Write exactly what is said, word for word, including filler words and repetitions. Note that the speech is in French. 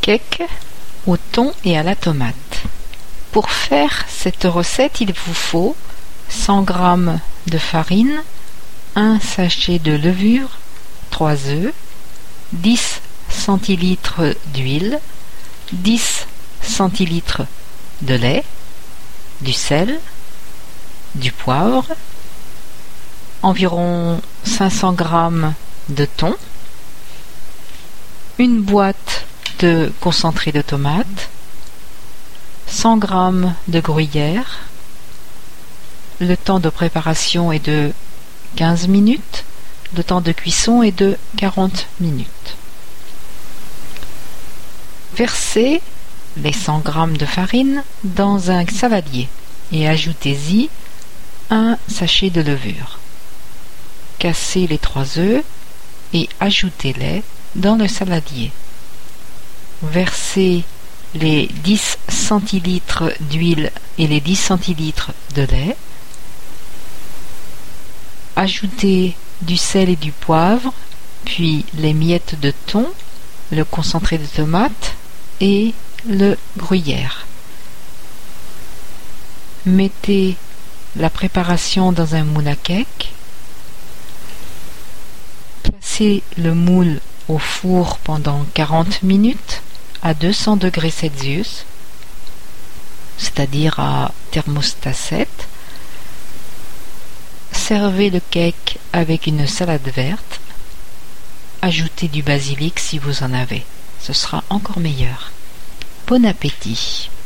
cake au thon et à la tomate. Pour faire cette recette, il vous faut cent grammes de farine, un sachet de levure, trois œufs, dix centilitres d'huile, dix centilitres de lait, du sel, du poivre, environ cinq cents grammes de thon, une boîte de concentré de tomate, cent grammes de gruyère. Le temps de préparation est de quinze minutes, le temps de cuisson est de quarante minutes. Versez les cent grammes de farine dans un saladier et ajoutez-y un sachet de levure. Cassez les trois œufs et ajoutez-les dans le saladier. Versez les dix centilitres d'huile et les dix centilitres de lait. Ajoutez du sel et du poivre, puis les miettes de thon, le concentré de tomate et le gruyère. Mettez la préparation dans un moule à cake. Placez le moule au four pendant quarante minutes à deux cents degrés Celsius, c'est-à-dire à thermostat sept. Servez le cake avec une salade verte. Ajoutez du basilic si vous en avez. Ce sera encore meilleur. Bon appétit!